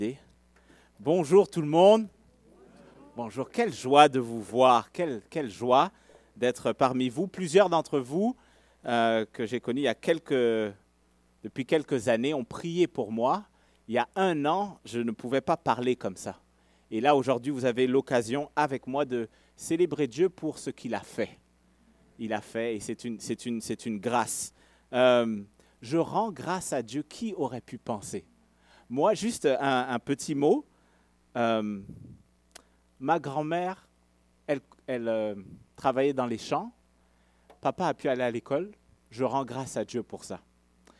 Bonjour tout le monde. Bonjour, quelle joie de vous voir, quelle joie d'être parmi vous. Plusieurs d'entre vous que j'ai connus depuis quelques années ont prié pour moi. Il y a 1 an, je ne pouvais pas parler comme ça. Et là, aujourd'hui, vous avez l'occasion avec moi de célébrer Dieu pour ce qu'il a fait. Il a fait et c'est une grâce. Je rends grâce à Dieu. Qui aurait pu penser? Moi, juste un petit mot. Ma grand-mère, elle travaillait dans les champs. Papa a pu aller à l'école. Je rends grâce à Dieu pour ça.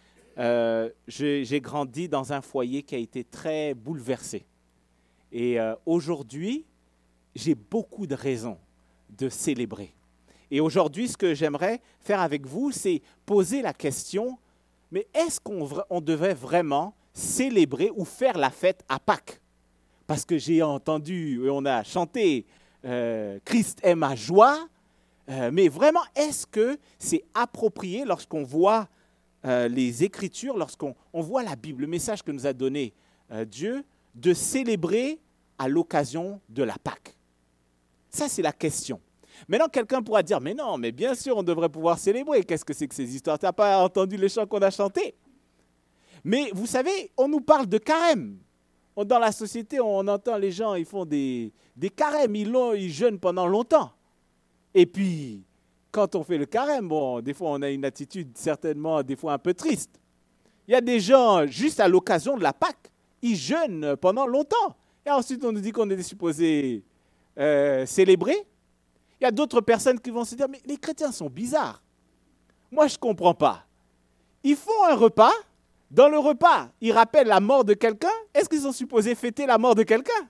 J'ai grandi dans un foyer qui a été très bouleversé. Et aujourd'hui, j'ai beaucoup de raisons de célébrer. Et aujourd'hui, ce que j'aimerais faire avec vous, c'est poser la question, mais est-ce qu'on devait vraiment célébrer ou faire la fête à Pâques? Parce que j'ai entendu, on a chanté Christ est ma joie, mais vraiment, est-ce que c'est approprié lorsqu'on voit les Écritures, lorsqu'on voit la Bible, le message que nous a donné Dieu, de célébrer à l'occasion de la Pâques? Ça, c'est la question. Maintenant, quelqu'un pourra dire, mais non, mais bien sûr, on devrait pouvoir célébrer. Qu'est-ce que c'est que ces histoires? Tu n'as pas entendu les chants qu'on a chantés? Mais vous savez, on nous parle de carême. Dans la société, on entend les gens, ils font des carèmes, ils jeûnent pendant longtemps. Et puis, quand on fait le carême, bon, des fois, on a une attitude certainement, des fois, un peu triste. Il y a des gens, juste à l'occasion de la Pâques, ils jeûnent pendant longtemps. Et ensuite, on nous dit qu'on est supposé célébrer. Il y a d'autres personnes qui vont se dire, mais les chrétiens sont bizarres. Moi, je ne comprends pas. Ils font un repas. Dans le repas, ils rappellent la mort de quelqu'un. Est-ce qu'ils sont supposés fêter la mort de quelqu'un?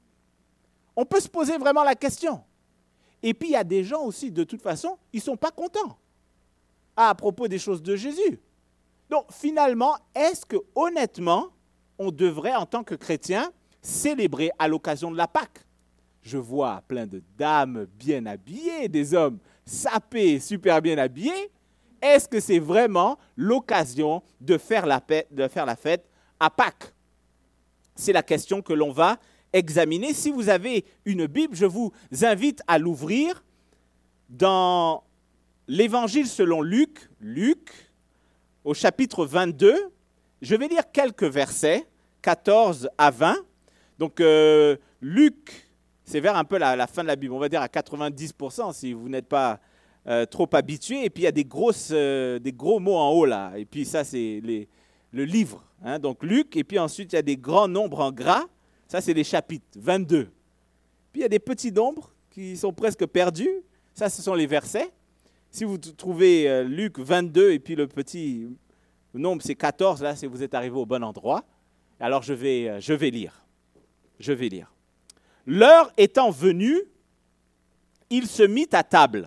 On peut se poser vraiment la question. Et puis, il y a des gens aussi, de toute façon, ils ne sont pas contents à propos des choses de Jésus. Donc, finalement, est-ce que, honnêtement, on devrait, en tant que chrétien, célébrer à l'occasion de la Pâques? Je vois plein de dames bien habillées, des hommes sapés, super bien habillés. Est-ce que c'est vraiment l'occasion de faire la fête à Pâques? C'est la question que l'on va examiner. Si vous avez une Bible, je vous invite à l'ouvrir dans l'Évangile selon Luc, au chapitre 22. Je vais lire quelques versets, 14 à 20. Donc, Luc, c'est vers un peu la fin de la Bible, on va dire à 90% si vous n'êtes pas trop habitué. Et puis, il y a des gros mots en haut là. Et puis, ça, c'est le livre. Hein, donc, Luc. Et puis, ensuite, il y a des grands nombres en gras. Ça, c'est les chapitres, 22. Puis, il y a des petits nombres qui sont presque perdus. Ça, ce sont les versets. Si vous trouvez Luc 22 et puis le petit nombre, c'est 14, là, vous êtes arrivé au bon endroit. Alors, je vais lire. L'heure étant venue, il se mit à table.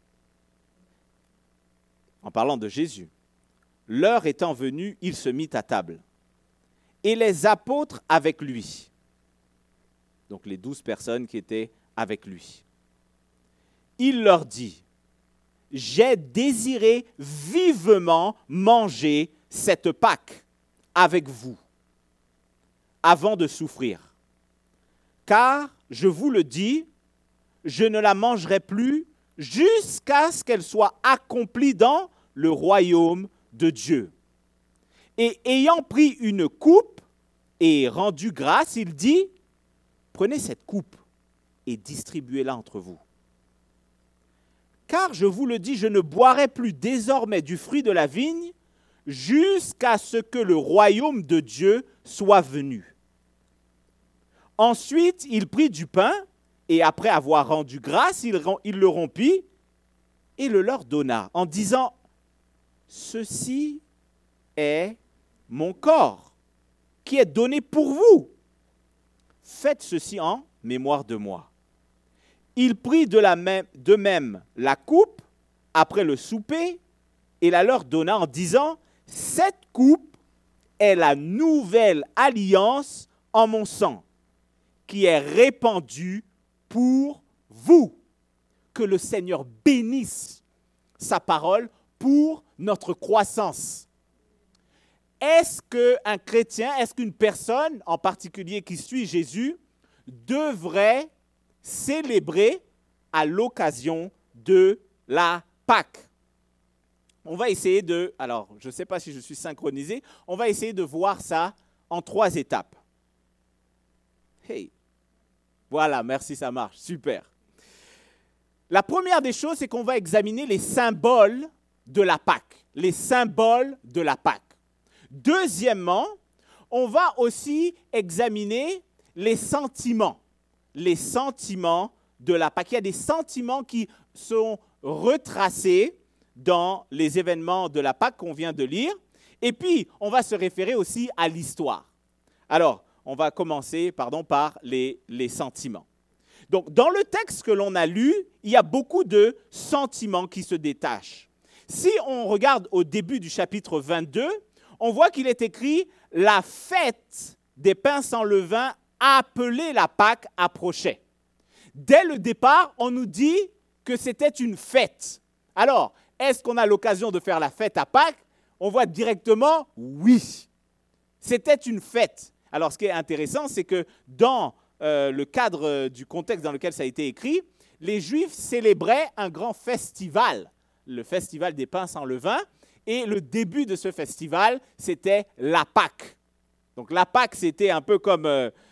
En parlant de Jésus. L'heure étant venue, il se mit à table. Et les apôtres avec lui. Donc les 12 personnes qui étaient avec lui. Il leur dit, j'ai désiré vivement manger cette Pâque avec vous, avant de souffrir. Car, je vous le dis, je ne la mangerai plus jusqu'à ce qu'elle soit accomplie dans le royaume de Dieu. Et ayant pris une coupe et rendu grâce, il dit, prenez cette coupe et distribuez-la entre vous. Car, je vous le dis, je ne boirai plus désormais du fruit de la vigne jusqu'à ce que le royaume de Dieu soit venu. Ensuite, il prit du pain et après avoir rendu grâce, il le rompit et le leur donna en disant, ceci est mon corps qui est donné pour vous. Faites ceci en mémoire de moi. Il prit de même la coupe après le souper et la leur donna en disant, cette coupe est la nouvelle alliance en mon sang, qui est répandue pour vous. Que le Seigneur bénisse sa parole pour notre croissance. est-ce qu'un chrétien, est-ce qu'une personne en particulier qui suit Jésus devrait célébrer à l'occasion de la Pâque? On va essayer de, alors je ne sais pas si je suis synchronisé, on va essayer de voir ça en 3 étapes. Hey, voilà, merci, ça marche, super. La première des choses, c'est qu'on va examiner les symboles de la Pâque, les symboles de la Pâque. Deuxièmement, on va aussi examiner les sentiments de la Pâque. Il y a des sentiments qui sont retracés dans les événements de la Pâque qu'on vient de lire. Et puis, on va se référer aussi à l'histoire. Alors, on va commencer par les sentiments. Donc, dans le texte que l'on a lu, il y a beaucoup de sentiments qui se détachent. Si on regarde au début du chapitre 22, on voit qu'il est écrit « La fête des pains sans levain appelée la Pâque approchait ». Dès le départ, on nous dit que c'était une fête. Alors, est-ce qu'on a l'occasion de faire la fête à Pâques? On voit directement « oui ». C'était une fête. Alors, ce qui est intéressant, c'est que dans le cadre du contexte dans lequel ça a été écrit, les Juifs célébraient un grand festival, le festival des pains sans levain, et le début de ce festival, c'était la Pâque. Donc la Pâque, c'était un peu comme,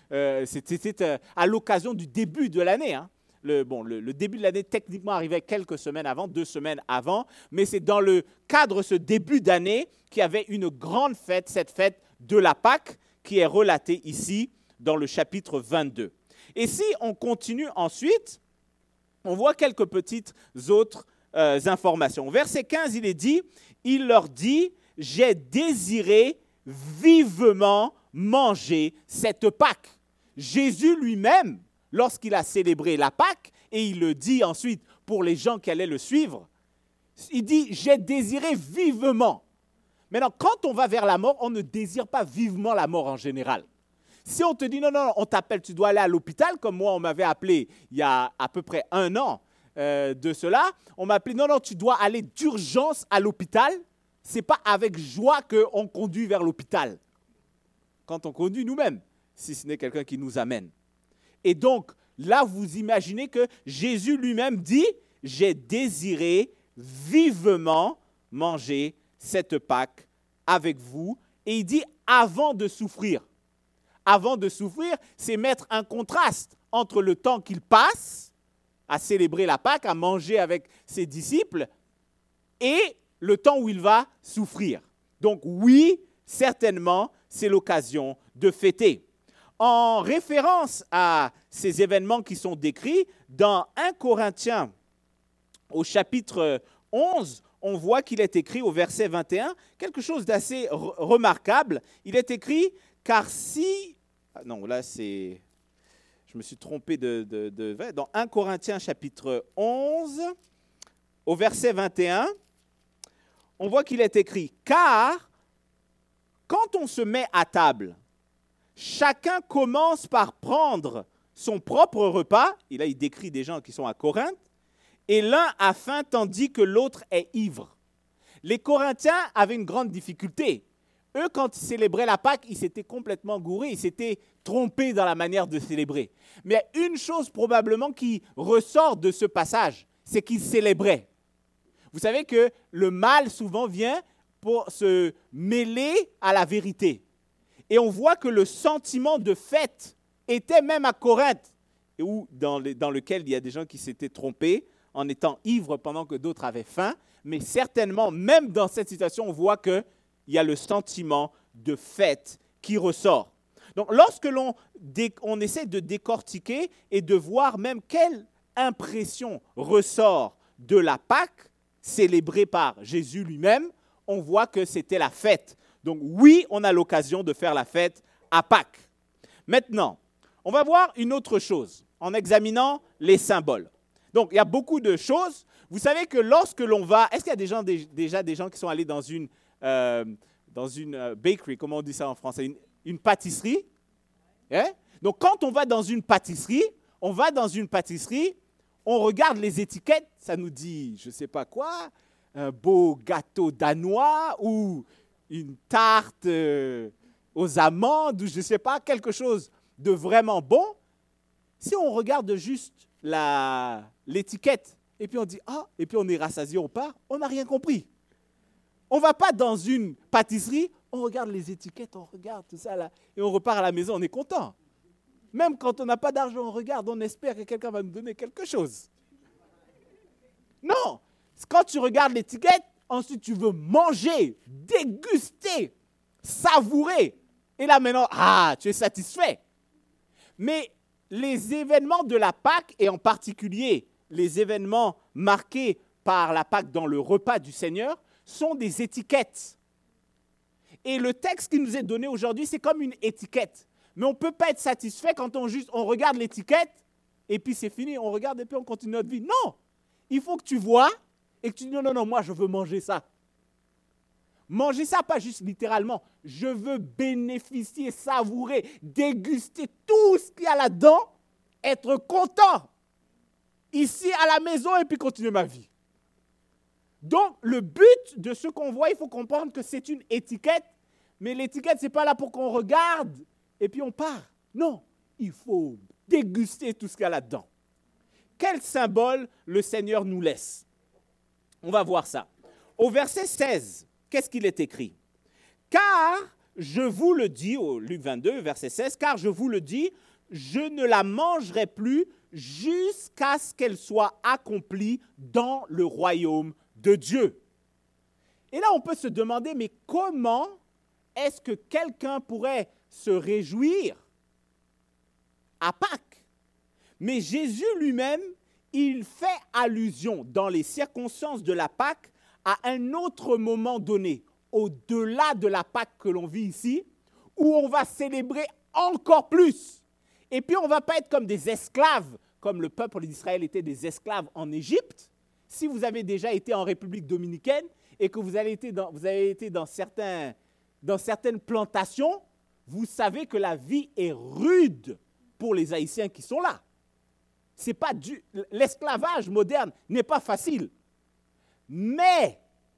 c'était à l'occasion du début de l'année. Hein. Le début de l'année, techniquement, arrivait quelques semaines avant, 2 semaines avant, mais c'est dans le cadre de ce début d'année qu'il y avait une grande fête, cette fête de la Pâque, qui est relatée ici dans le chapitre 22. Et si on continue ensuite, on voit quelques petites autres informations. Verset 15, il est dit, il leur dit, « J'ai désiré vivement manger cette Pâque. » Jésus lui-même, lorsqu'il a célébré la Pâque, et il le dit ensuite pour les gens qui allaient le suivre, il dit « J'ai désiré vivement ». Maintenant, quand on va vers la mort, on ne désire pas vivement la mort en général. Si on te dit « Non, on t'appelle, tu dois aller à l'hôpital », comme moi, on m'avait appelé il y a à peu près 1 an de cela, on m'a appelé « Non, tu dois aller d'urgence à l'hôpital », ce n'est pas avec joie qu'on conduit vers l'hôpital. Quand on conduit nous-mêmes, si ce n'est quelqu'un qui nous amène. Et donc, là, vous imaginez que Jésus lui-même dit « J'ai désiré vivement manger cette Pâque avec vous. » Et il dit « avant de souffrir ». Avant de souffrir, c'est mettre un contraste entre le temps qu'il passe à célébrer la Pâque, à manger avec ses disciples, et le temps où il va souffrir. Donc oui, certainement, c'est l'occasion de fêter. En référence à ces événements qui sont décrits, dans 1 Corinthiens, au chapitre 11, on voit qu'il est écrit au verset 21, quelque chose d'assez remarquable. Il est écrit « Car si… » Non, là c'est… Je me suis trompé dans 1 Corinthiens chapitre 11, au verset 21, on voit qu'il est écrit « Car quand on se met à table, chacun commence par prendre son propre repas. » Et là, il décrit des gens qui sont à Corinthe. « Et l'un a faim tandis que l'autre est ivre. » Les Corinthiens avaient une grande difficulté. Eux, quand ils célébraient la Pâque, ils s'étaient complètement gourés, ils s'étaient trompés dans la manière de célébrer. Mais une chose probablement qui ressort de ce passage, c'est qu'ils célébraient. Vous savez que le mal souvent vient pour se mêler à la vérité. Et on voit que le sentiment de fête était même à Corinthe, où, dans lequel il y a des gens qui s'étaient trompés en étant ivres pendant que d'autres avaient faim. Mais certainement, même dans cette situation, on voit qu'il y a le sentiment de fête qui ressort. Donc, lorsque on essaie de décortiquer et de voir même quelle impression ressort de la Pâque célébrée par Jésus lui-même, on voit que c'était la fête. Donc oui, on a l'occasion de faire la fête à Pâques. Maintenant, on va voir une autre chose en examinant les symboles. Donc, il y a beaucoup de choses. Vous savez que lorsque l'on va… Est-ce qu'il y a déjà des gens qui sont allés dans une bakery, comment on dit ça en français, une pâtisserie? Donc, quand on va dans une pâtisserie, on regarde les étiquettes, ça nous dit, je ne sais pas quoi, un beau gâteau danois ou une tarte aux amandes ou je ne sais pas, quelque chose de vraiment bon, si on regarde juste l'étiquette et puis on dit « Ah », et puis on est rassasié, on part, on n'a rien compris. On ne va pas dans une pâtisserie, on regarde les étiquettes, on regarde tout ça là, et on repart à la maison, on est content. Même quand on n'a pas d'argent, on regarde, on espère que quelqu'un va nous donner quelque chose. Non, quand tu regardes l'étiquette, ensuite tu veux manger, déguster, savourer. Et là maintenant, tu es satisfait. Mais les événements de la Pâque, et en particulier les événements marqués par la Pâque dans le repas du Seigneur, sont des étiquettes. Et le texte qui nous est donné aujourd'hui, c'est comme une étiquette. Mais on ne peut pas être satisfait quand on regarde l'étiquette et puis c'est fini, on regarde et puis on continue notre vie. Non, il faut que tu vois et que tu dis non, moi je veux manger ça. Manger ça, pas juste littéralement. Je veux bénéficier, savourer, déguster tout ce qu'il y a là-dedans, être content ici à la maison et puis continuer ma vie. Donc, le but de ce qu'on voit, il faut comprendre que c'est une étiquette, mais l'étiquette, ce n'est pas là pour qu'on regarde et puis on part. Non, il faut déguster tout ce qu'il y a là-dedans. Quel symbole le Seigneur nous laisse? On va voir ça. Au verset 16, qu'est-ce qu'il est écrit? Car je vous le dis, au Luc 22, verset 16, car je vous le dis, je ne la mangerai plus jusqu'à ce qu'elle soit accomplie dans le royaume de Dieu. Et là, on peut se demander, mais comment est-ce que quelqu'un pourrait se réjouir à Pâques? Mais Jésus lui-même, il fait allusion dans les circonstances de la Pâque à un autre moment donné, au-delà de la Pâque que l'on vit ici, où on va célébrer encore plus. Et puis on ne va pas être comme des esclaves, comme le peuple d'Israël était des esclaves en Égypte. Si vous avez déjà été en République dominicaine et que vous avez été dans certaines plantations, vous savez que la vie est rude pour les Haïtiens qui sont là. L'esclavage moderne n'est pas facile. Mais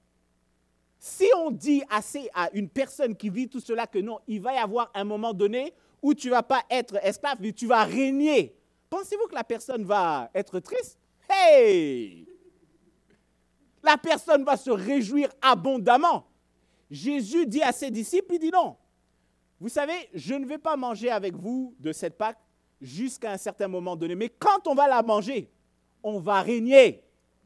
si on dit assez à une personne qui vit tout cela que non, il va y avoir un moment donné où tu ne vas pas être esclave, mais tu vas régner. Pensez-vous que la personne va être triste? Hey! La personne va se réjouir abondamment. Jésus dit à ses disciples, il dit non. Vous savez, je ne vais pas manger avec vous de cette Pâque jusqu'à un certain moment donné. Mais quand on va la manger, on va régner.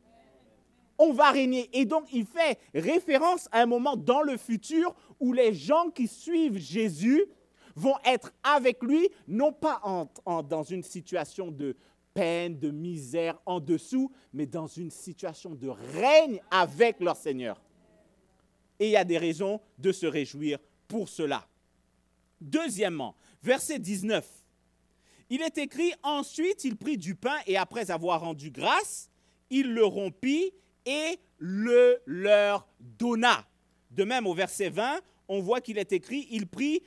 On va régner. Et donc, il fait référence à un moment dans le futur où les gens qui suivent Jésus vont être avec lui, non pas dans une situation de peine, de misère en dessous, mais dans une situation de règne avec leur Seigneur. Et il y a des raisons de se réjouir pour cela. Deuxièmement, verset 19. Il est écrit, ensuite il prit du pain et après avoir rendu grâce, il le rompit et le leur donna. De même, au verset 20, on voit qu'il est écrit, il prit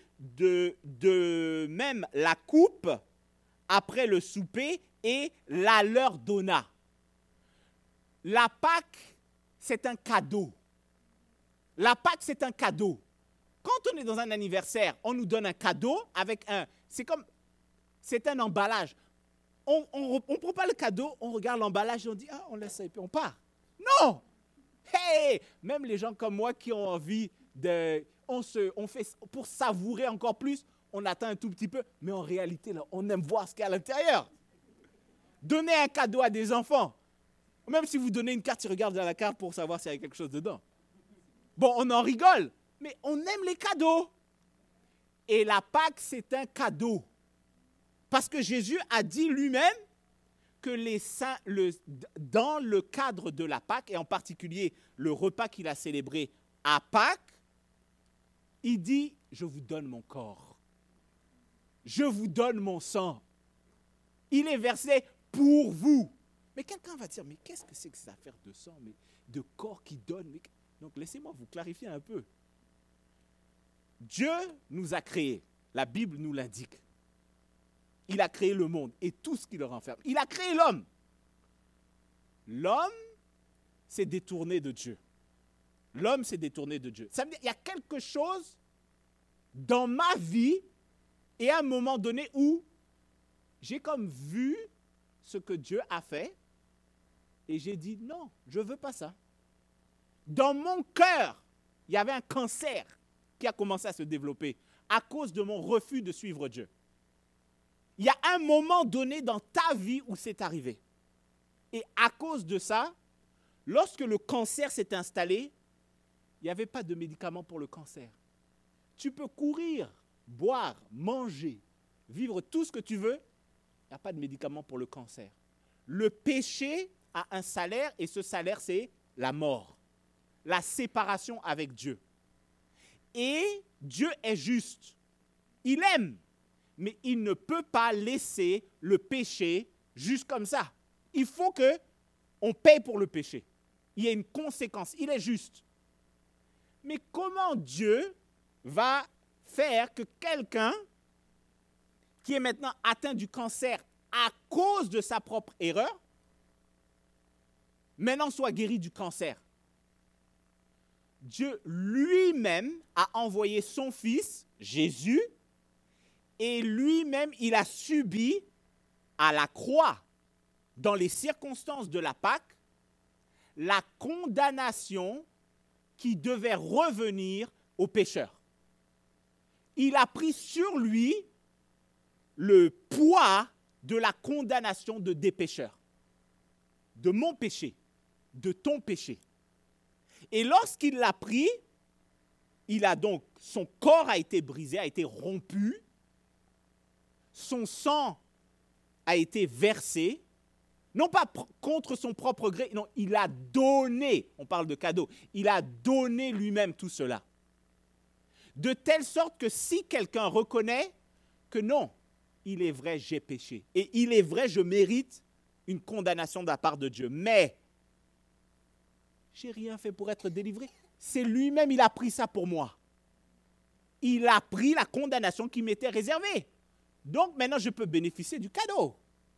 de même la coupe après le souper et la leur donna. La Pâque, c'est un cadeau. La Pâque, c'est un cadeau. Quand on est dans un anniversaire, on nous donne un cadeau avec c'est un emballage. On ne prend pas le cadeau, on regarde l'emballage et on dit, on laisse ça et puis on part. Non! Hey! Même les gens comme moi qui ont envie on fait pour savourer encore plus, on attend un tout petit peu, mais en réalité, là, on aime voir ce qu'il y a à l'intérieur. Donnez un cadeau à des enfants. Même si vous donnez une carte, ils regardent dans la carte pour savoir s'il y a quelque chose dedans. Bon, on en rigole, mais on aime les cadeaux. Et la Pâque, c'est un cadeau. Parce que Jésus a dit lui-même que les saints, dans le cadre de la Pâque, et en particulier le repas qu'il a célébré à Pâques, il dit, je vous donne mon corps. Je vous donne mon sang. Il est versé pour vous. Mais quelqu'un va dire, mais qu'est-ce que c'est que cette affaire de sang, mais de corps qui donne? Donc laissez-moi vous clarifier un peu. Dieu nous a créés. La Bible nous l'indique. Il a créé le monde et tout ce qui le renferme. Il a créé l'homme. L'homme s'est détourné de Dieu. L'homme s'est détourné de Dieu. Ça veut dire qu'il y a quelque chose dans ma vie et à un moment donné où j'ai comme vu ce que Dieu a fait et j'ai dit non, je ne veux pas ça. Dans mon cœur, il y avait un cancer qui a commencé à se développer à cause de mon refus de suivre Dieu. Il y a un moment donné dans ta vie où c'est arrivé. Et à cause de ça, lorsque le cancer s'est installé, il n'y avait pas de médicament pour le cancer. Tu peux courir, boire, manger, vivre tout ce que tu veux, il n'y a pas de médicament pour le cancer. Le péché a un salaire et ce salaire, c'est la mort, la séparation avec Dieu. Et Dieu est juste. Il aime, mais il ne peut pas laisser le péché juste comme ça. Il faut qu'on paye pour le péché. Il y a une conséquence. Il est juste. Mais comment Dieu va faire que quelqu'un qui est maintenant atteint du cancer à cause de sa propre erreur, maintenant soit guéri du cancer? Dieu lui-même a envoyé son fils, Jésus, et lui-même, il a subi à la croix, dans les circonstances de la Pâque, la condamnation qui devait revenir aux pécheurs. Il a pris sur lui le poids de la condamnation des pécheurs, de mon péché, de ton péché. Et lorsqu'il l'a pris, son corps a été brisé, a été rompu, son sang a été versé, non pas contre son propre gré, non, il a donné, on parle de cadeau, il a donné lui-même tout cela. De telle sorte que si quelqu'un reconnaît que non, il est vrai, j'ai péché, et il est vrai, je mérite une condamnation de la part de Dieu, mais je n'ai rien fait pour être délivré. C'est lui-même, il a pris ça pour moi. Il a pris la condamnation qui m'était réservée. Donc maintenant, je peux bénéficier du cadeau.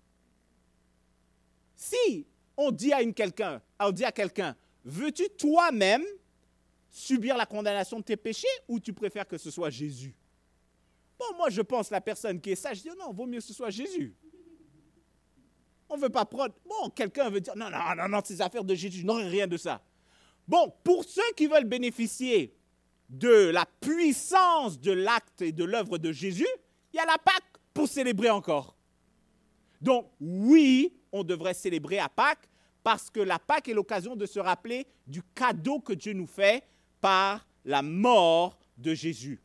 Si on dit à quelqu'un, veux-tu toi-même subir la condamnation de tes péchés ou tu préfères que ce soit Jésus? Bon, moi je pense la personne qui est sage, je dis non, vaut mieux que ce soit Jésus. On ne veut pas prendre... Bon, quelqu'un veut dire, non, ces affaires de Jésus, non, rien de ça. Bon, pour ceux qui veulent bénéficier de la puissance de l'acte et de l'œuvre de Jésus, il y a la Pâque pour célébrer encore. Donc, oui, on devrait célébrer à Pâques parce que la Pâque est l'occasion de se rappeler du cadeau que Dieu nous fait par la mort de Jésus.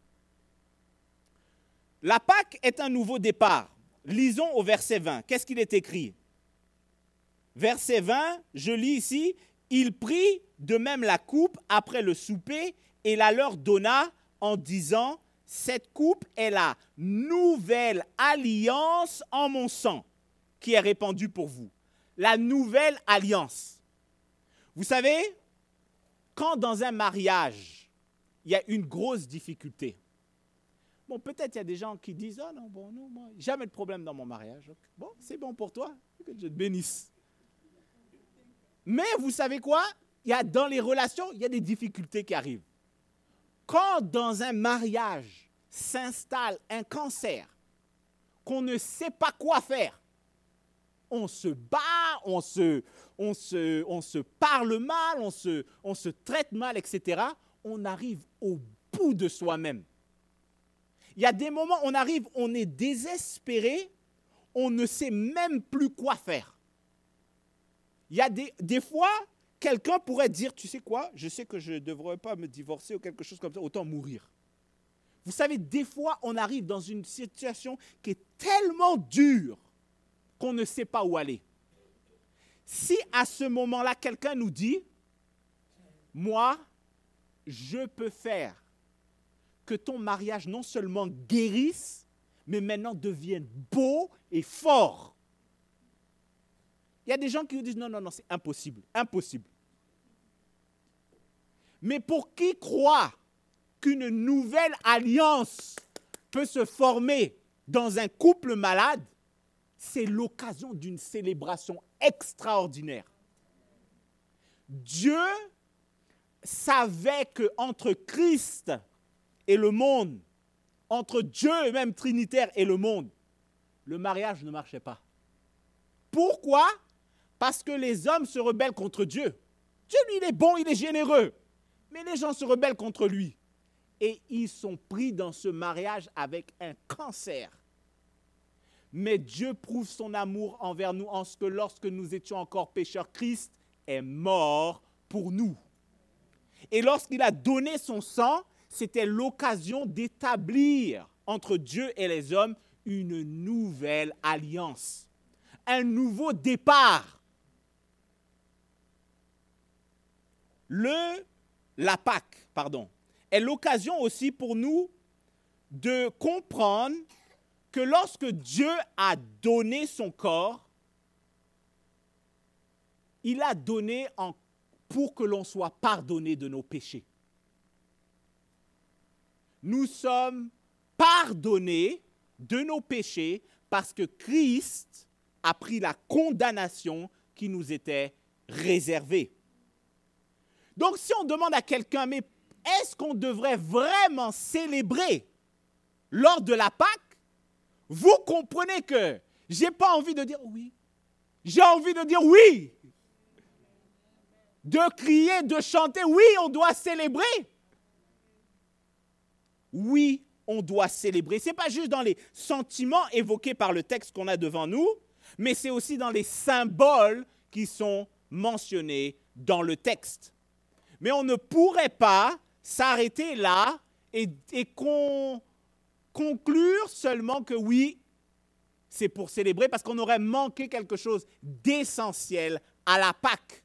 La Pâque est un nouveau départ. Lisons au verset 20. Qu'est-ce qu'il est écrit? Verset 20, je lis ici, « Il prit de même la coupe après le souper et la leur donna en disant, « Cette coupe est la nouvelle alliance en mon sang qui est répandue pour vous. » La nouvelle alliance. Vous savez, quand dans un mariage, il y a une grosse difficulté. Bon, peut-être il y a des gens qui disent, « Oh non, bon, non, moi, jamais de problème dans mon mariage. » Bon, c'est bon pour toi, que Dieu te bénisse. Mais vous savez quoi? Dans les relations, il y a des difficultés qui arrivent. Quand dans un mariage s'installe un cancer, qu'on ne sait pas quoi faire, on se bat, on se parle mal, on se traite mal, etc., on arrive au bout de soi-même. Il y a des moments, on arrive, on est désespéré, on ne sait même plus quoi faire. Il y a des fois, quelqu'un pourrait dire, tu sais quoi, je sais que je ne devrais pas me divorcer ou quelque chose comme ça, autant mourir. Vous savez, des fois, on arrive dans une situation qui est tellement dure qu'on ne sait pas où aller. Si à ce moment-là, quelqu'un nous dit, moi, je peux faire que ton mariage non seulement guérisse, mais maintenant devienne beau et fort. Il y a des gens qui nous disent, non, c'est impossible, impossible. Mais pour qui croit qu'une nouvelle alliance peut se former dans un couple malade, c'est l'occasion d'une célébration extraordinaire. Dieu, savait qu'entre Christ et le monde, entre Dieu même trinitaire et le monde, le mariage ne marchait pas. Pourquoi? Parce que les hommes se rebellent contre Dieu. Dieu, lui, il est bon, il est généreux. Mais les gens se rebellent contre lui. Et ils sont pris dans ce mariage avec un cancer. Mais Dieu prouve son amour envers nous en ce que lorsque nous étions encore pécheurs, Christ est mort pour nous. Et lorsqu'il a donné son sang, c'était l'occasion d'établir entre Dieu et les hommes une nouvelle alliance, un nouveau départ. La Pâque, est l'occasion aussi pour nous de comprendre que lorsque Dieu a donné son corps, il a donné pour que l'on soit pardonné de nos péchés. Nous sommes pardonnés de nos péchés parce que Christ a pris la condamnation qui nous était réservée. Donc si on demande à quelqu'un, mais est-ce qu'on devrait vraiment célébrer lors de la Pâque? Vous comprenez que je n'ai pas envie de dire oui. J'ai envie de dire oui. De crier, de chanter, oui, on doit célébrer. Oui, on doit célébrer. Ce n'est pas juste dans les sentiments évoqués par le texte qu'on a devant nous, mais c'est aussi dans les symboles qui sont mentionnés dans le texte. Mais on ne pourrait pas s'arrêter là et conclure seulement que oui, c'est pour célébrer, parce qu'on aurait manqué quelque chose d'essentiel à la Pâque.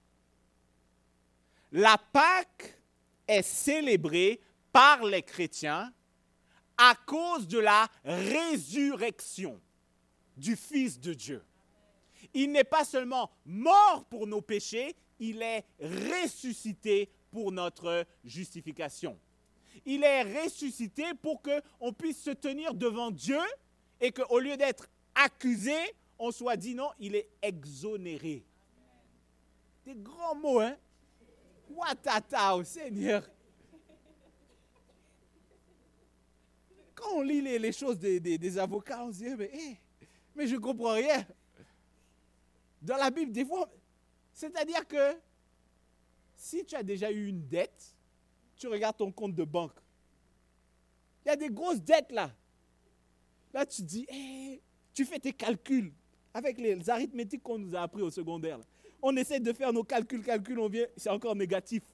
La Pâque est célébrée par les chrétiens à cause de la résurrection du Fils de Dieu. Il n'est pas seulement mort pour nos péchés, il est ressuscité pour notre justification. Il est ressuscité pour qu'on puisse se tenir devant Dieu et qu'au lieu d'être accusé, on soit dit non, il est exonéré. Des grands mots, hein? Watata au Seigneur. Quand on lit les choses des avocats, on se dit, mais je ne comprends rien. Dans la Bible, des fois, c'est-à-dire que si tu as déjà eu une dette, tu regardes ton compte de banque. Il y a des grosses dettes là. Là, tu dis, tu fais tes calculs avec les arithmétiques qu'on nous a appris au secondaire. Là. On essaie de faire nos calculs, on vient, c'est encore négatif.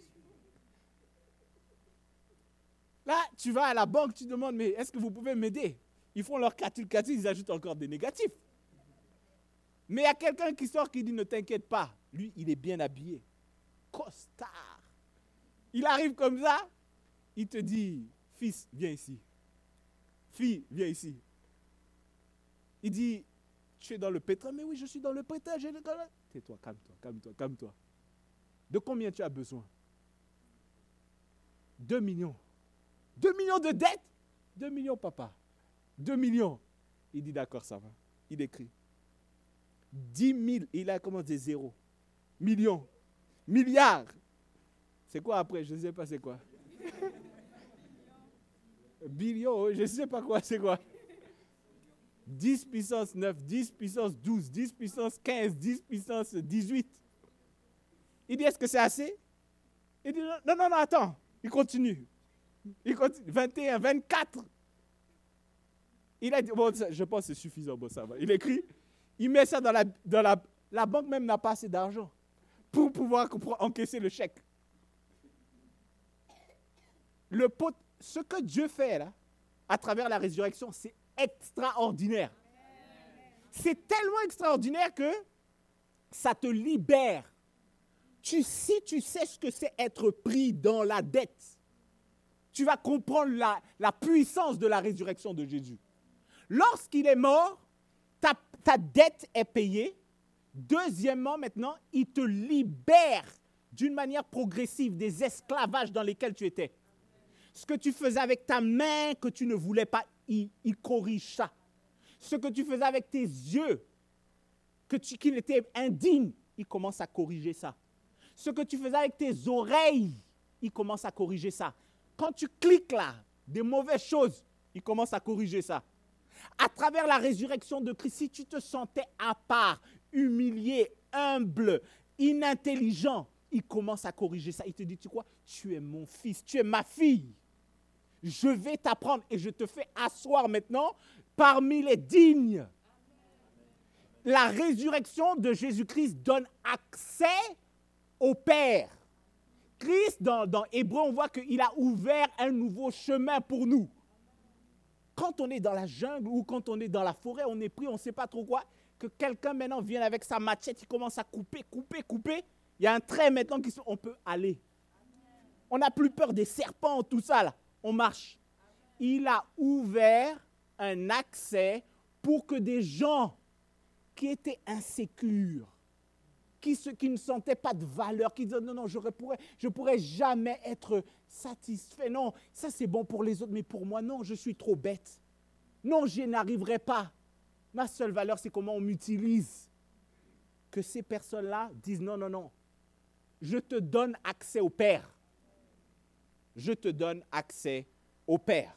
Là, tu vas à la banque, tu demandes, mais est-ce que vous pouvez m'aider? Ils font leur calcul, ils ajoutent encore des négatifs. Mais il y a quelqu'un qui sort qui dit, ne t'inquiète pas. Lui, il est bien habillé. Costard. Il arrive comme ça, il te dit, fils, viens ici. Fille, viens ici. Il dit, tu es dans le pétrin? Mais oui, je suis dans le pétrin. Tais-toi, calme-toi. De combien tu as besoin? 2 millions. 2 millions de dettes? 2 millions, papa. 2 millions. Il dit, d'accord, ça va. Il écrit. 10 000. Il a commencé zéro. Millions. Milliards. C'est quoi après? Je ne sais pas c'est quoi. Billions, je ne sais pas quoi, c'est quoi. 10 puissance 9, 10 puissance 12, 10 puissance 15, 10 puissance 18. Il dit, est-ce que c'est assez? Il dit, non, attends. Il continue. 21, 24. Il a dit, bon, je pense que c'est suffisant, bon, ça va. Il écrit, il met ça dans la banque même n'a pas assez d'argent pour pouvoir encaisser le chèque. Ce que Dieu fait là, à travers la résurrection, c'est extraordinaire. C'est tellement extraordinaire que ça te libère. Si tu sais ce que c'est être pris dans la dette, tu vas comprendre la puissance de la résurrection de Jésus. Lorsqu'il est mort, ta dette est payée. Deuxièmement, maintenant, il te libère d'une manière progressive des esclavages dans lesquels tu étais. Ce que tu faisais avec ta main que tu ne voulais pas, il corrige ça. Ce que tu faisais avec tes yeux, qui étaient indignes, il commence à corriger ça. Ce que tu faisais avec tes oreilles, il commence à corriger ça. Quand tu cliques là, des mauvaises choses, il commence à corriger ça. À travers la résurrection de Christ, si tu te sentais à part, humilié, humble, inintelligent, il commence à corriger ça. Il te dit, tu sais quoi? Tu es mon fils, tu es ma fille. Je vais t'apprendre et je te fais asseoir maintenant parmi les dignes. La résurrection de Jésus-Christ donne accès au Père. Christ, dans Hébreu, on voit qu'il a ouvert un nouveau chemin pour nous. Quand on est dans la jungle ou quand on est dans la forêt, on est pris, on ne sait pas trop quoi, que quelqu'un maintenant vienne avec sa machette, il commence à couper. Il y a un trait maintenant on peut aller. On n'a plus peur des serpents, tout ça là. On marche. Il a ouvert un accès pour que des gens qui étaient insécures, qui ne sentaient pas de valeur, qui disaient non, je ne pourrais jamais être satisfait. Non, ça c'est bon pour les autres, mais pour moi, non, je suis trop bête. Non, je n'arriverai pas. Ma seule valeur, c'est comment on m'utilise. Que ces personnes-là disent non, je te donne accès au Père. Je te donne accès au Père.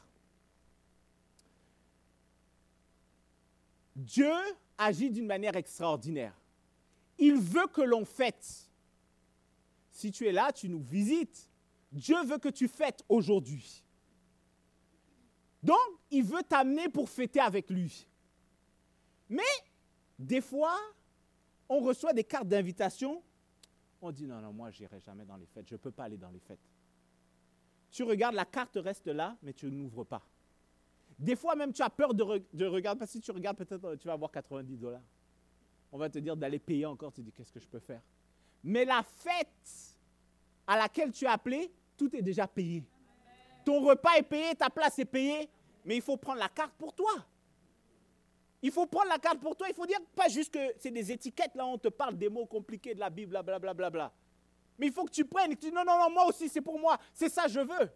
Dieu agit d'une manière extraordinaire. Il veut que l'on fête. Si tu es là, tu nous visites. Dieu veut que tu fêtes aujourd'hui. Donc, il veut t'amener pour fêter avec lui. Mais, des fois, on reçoit des cartes d'invitation. On dit non, moi, je n'irai jamais dans les fêtes. Je ne peux pas aller dans les fêtes. Tu regardes, la carte reste là, mais tu n'ouvres pas. Des fois, même, tu as peur de regarder, parce que si tu regardes, peut-être tu vas avoir $90. On va te dire d'aller payer encore. Tu dis, qu'est-ce que je peux faire? Mais la fête à laquelle tu es appelé, tout est déjà payé. Ton repas est payé, ta place est payée, mais il faut prendre la carte pour toi. Il faut prendre la carte pour toi. Il faut dire, pas juste que c'est des étiquettes, là, on te parle des mots compliqués de la Bible, blablabla. Mais il faut que tu prennes et que tu dis, non, moi aussi, c'est pour moi. C'est ça, je veux.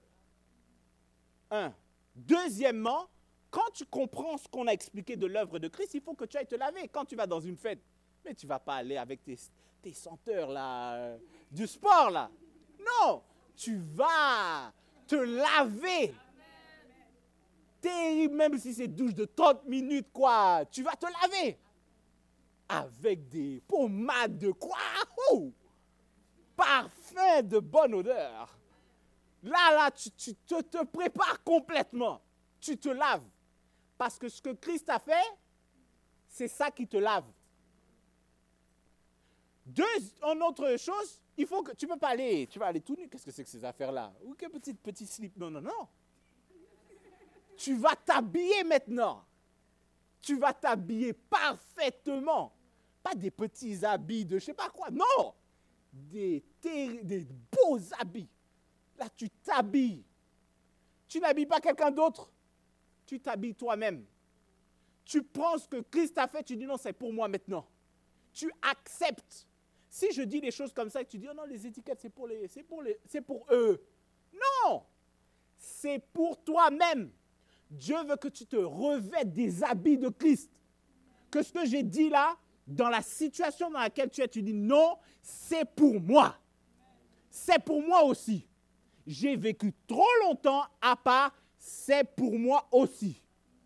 Deuxièmement, quand tu comprends ce qu'on a expliqué de l'œuvre de Christ, il faut que tu ailles te laver. Quand tu vas dans une fête, mais tu ne vas pas aller avec tes senteurs là, du sport là. Non, tu vas te laver. Terrible, même si c'est douche de 30 minutes, quoi. Tu vas te laver. Avec des pommades de quoi? Parfum de bonne odeur. Là, tu te prépares complètement. Tu te laves. Parce que ce que Christ a fait, c'est ça qui te lave. En autre chose, il faut que tu ne peux pas aller, tu vas aller tout nu. Qu'est-ce que c'est que ces affaires-là? Ou quel petit slip? Non. Tu vas t'habiller maintenant. Tu vas t'habiller parfaitement. Pas des petits habits de je ne sais pas quoi. Non. Des beaux habits. Là, tu t'habilles. Tu n'habilles pas quelqu'un d'autre. Tu t'habilles toi-même. Tu prends ce que Christ a fait, tu dis non, c'est pour moi maintenant. Tu acceptes. Si je dis des choses comme ça et tu dis oh non, les étiquettes, c'est pour eux. Non! C'est pour toi-même. Dieu veut que tu te revêtes des habits de Christ. Que ce que j'ai dit là, dans la situation dans laquelle tu es, tu dis non, c'est pour moi. C'est pour moi aussi. J'ai vécu trop longtemps à part, c'est pour moi aussi.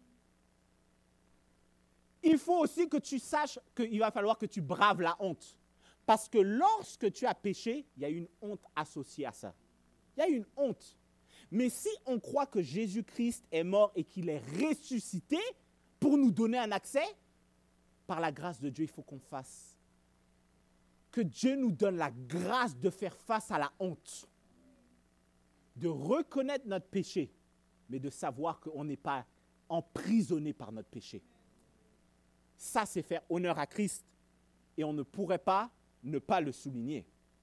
Il faut aussi que tu saches qu'il va falloir que tu braves la honte. Parce que lorsque tu as péché, il y a une honte associée à ça. Il y a une honte. Mais si on croit que Jésus-Christ est mort et qu'il est ressuscité pour nous donner un accès, par la grâce de Dieu, il faut qu'on fasse. Que Dieu nous donne la grâce de faire face à la honte. De reconnaître notre péché, mais de savoir qu'on n'est pas emprisonné par notre péché. Ça, c'est faire honneur à Christ. Et on ne pourrait pas ne pas le souligner.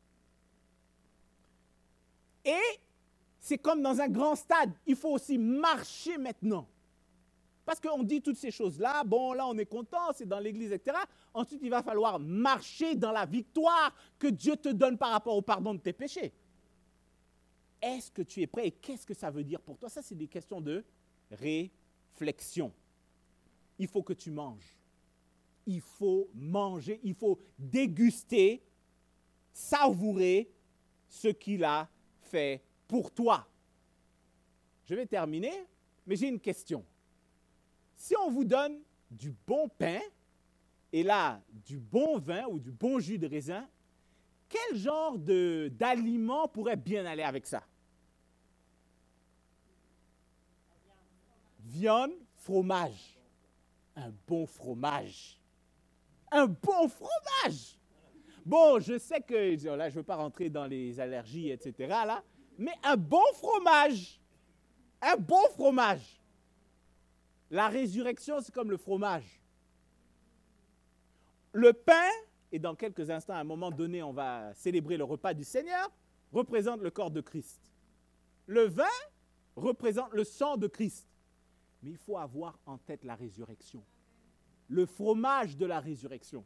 Et c'est comme dans un grand stade, il faut aussi marcher maintenant. Parce qu'on dit toutes ces choses-là, bon, là, on est content, c'est dans l'église, etc. Ensuite, il va falloir marcher dans la victoire que Dieu te donne par rapport au pardon de tes péchés. Est-ce que tu es prêt et qu'est-ce que ça veut dire pour toi? Ça, c'est des questions de réflexion. Il faut que tu manges. Il faut manger, il faut déguster, savourer ce qu'il a fait pour toi. Je vais terminer, mais j'ai une question. Si on vous donne du bon pain et là, du bon vin ou du bon jus de raisin, quel genre d'aliment pourrait bien aller avec ça? Viande, fromage. Un bon fromage. Un bon fromage! Bon, je sais que, là, je ne veux pas rentrer dans les allergies, etc., là, mais un bon fromage. Un bon fromage. La résurrection, c'est comme le fromage. Le pain, et dans quelques instants, à un moment donné, on va célébrer le repas du Seigneur, représente le corps de Christ. Le vin représente le sang de Christ. Mais il faut avoir en tête la résurrection. Le fromage de la résurrection.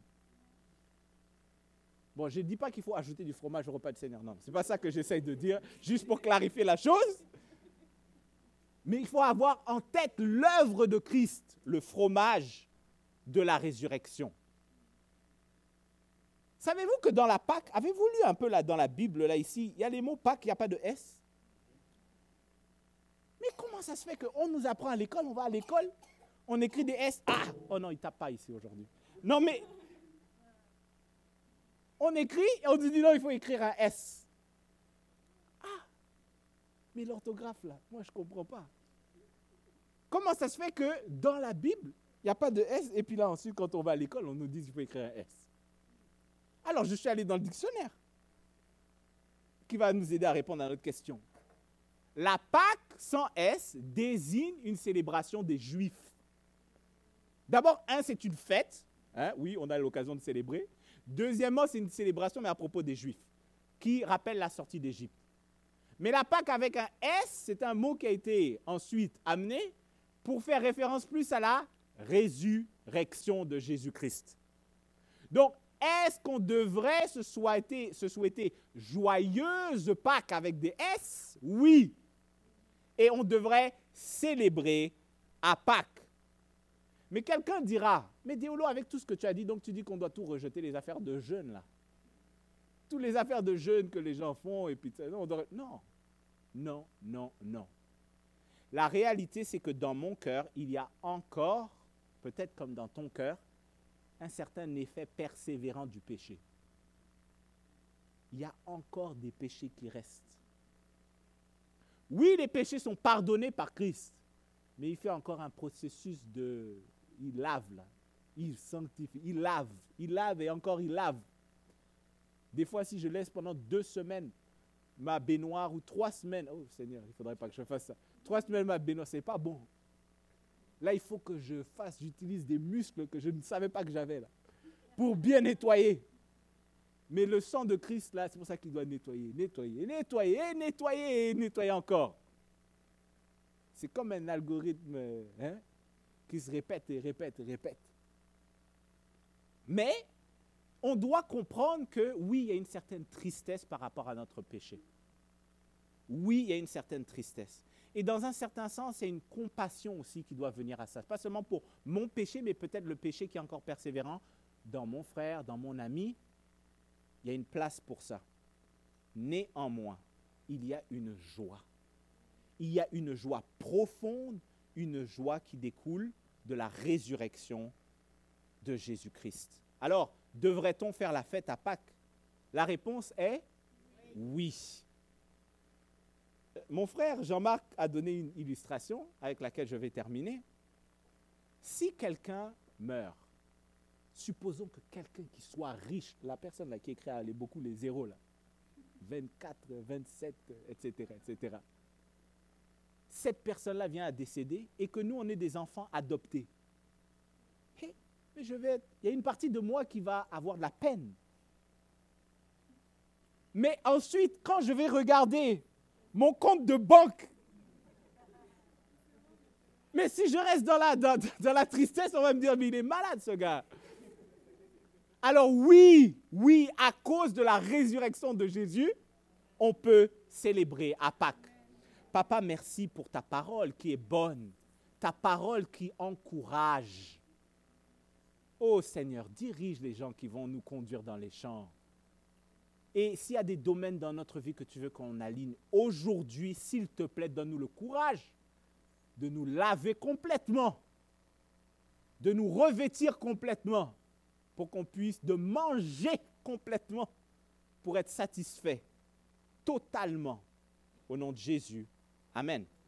Bon, je ne dis pas qu'il faut ajouter du fromage au repas du Seigneur. Non, ce n'est pas ça que j'essaye de dire, juste pour clarifier la chose. Mais il faut avoir en tête l'œuvre de Christ, le fromage de la résurrection. Savez-vous que dans la Pâque, avez-vous lu un peu là dans la Bible, là ici, il y a les mots Pâque, il n'y a pas de S? Mais comment ça se fait qu'on nous apprend à l'école, on va à l'école, on écrit des S? Ah! Oh non, il ne tape pas ici aujourd'hui. Non mais, on écrit et on dit non, il faut écrire un S. Ah! Mais l'orthographe là, moi je ne comprends pas. Comment ça se fait que dans la Bible, il n'y a pas de S et puis là ensuite quand on va à l'école, on nous dit qu'il faut écrire un S? Alors je suis allé dans le dictionnaire qui va nous aider à répondre à notre question. La Pâque sans S désigne une célébration des Juifs. D'abord, c'est une fête. Oui, on a l'occasion de célébrer. Deuxièmement, c'est une célébration, mais à propos des Juifs, qui rappelle la sortie d'Égypte. Mais la Pâque avec un S, c'est un mot qui a été ensuite amené pour faire référence plus à la résurrection de Jésus-Christ. Donc, est-ce qu'on devrait se souhaiter joyeuse Pâques avec des S? Oui. Et on devrait célébrer à Pâques. Mais quelqu'un dira, mais Déolo, avec tout ce que tu as dit, donc tu dis qu'on doit tout rejeter, les affaires de jeûne, là. Toutes les affaires de jeûne que les gens font, et puis on doit... Non, non, non, non. La réalité, c'est que dans mon cœur, il y a encore, peut-être comme dans ton cœur, un certain effet persévérant du péché. Il y a encore des péchés qui restent. Oui, les péchés sont pardonnés par Christ, mais il fait encore un processus de... Il lave, là. Il sanctifie, il lave et encore il lave. Des fois, si je laisse pendant 2 semaines ma baignoire ou 3 semaines, oh Seigneur, il ne faudrait pas que je fasse ça. 3 semaines ma baignoire, ce n'est pas bon. Là, il faut que j'utilise des muscles que je ne savais pas que j'avais là, pour bien nettoyer. Mais le sang de Christ, là, c'est pour ça qu'il doit nettoyer, nettoyer encore. C'est comme un algorithme qui se répète et répète et répète. Mais on doit comprendre que oui, il y a une certaine tristesse par rapport à notre péché. Oui, il y a une certaine tristesse. Et dans un certain sens, il y a une compassion aussi qui doit venir à ça. Pas seulement pour mon péché, mais peut-être le péché qui est encore persévérant dans mon frère, dans mon ami. Il y a une place pour ça. Néanmoins, il y a une joie. Il y a une joie profonde, une joie qui découle de la résurrection de Jésus-Christ. Alors, devrait-on faire la fête à Pâques? La réponse est oui. Mon frère Jean-Marc a donné une illustration avec laquelle je vais terminer. Si quelqu'un meurt, supposons que quelqu'un qui soit riche, la personne là qui écrit beaucoup les zéros, là, 24, 27, etc., etc. Cette personne-là vient à décéder et que nous, on est des enfants adoptés. Hey, mais il y a une partie de moi qui va avoir de la peine. Mais ensuite, quand je vais regarder mon compte de banque, mais si je reste dans la tristesse, on va me dire, mais il est malade ce gars. Alors oui, à cause de la résurrection de Jésus, on peut célébrer à Pâques. Papa, merci pour ta parole qui est bonne, ta parole qui encourage. Oh Seigneur, dirige les gens qui vont nous conduire dans les champs. Et s'il y a des domaines dans notre vie que tu veux qu'on aligne aujourd'hui, s'il te plaît, donne-nous le courage de nous laver complètement, de nous revêtir complètement, pour qu'on puisse de manger complètement, pour être satisfait totalement. Au nom de Jésus. Amen.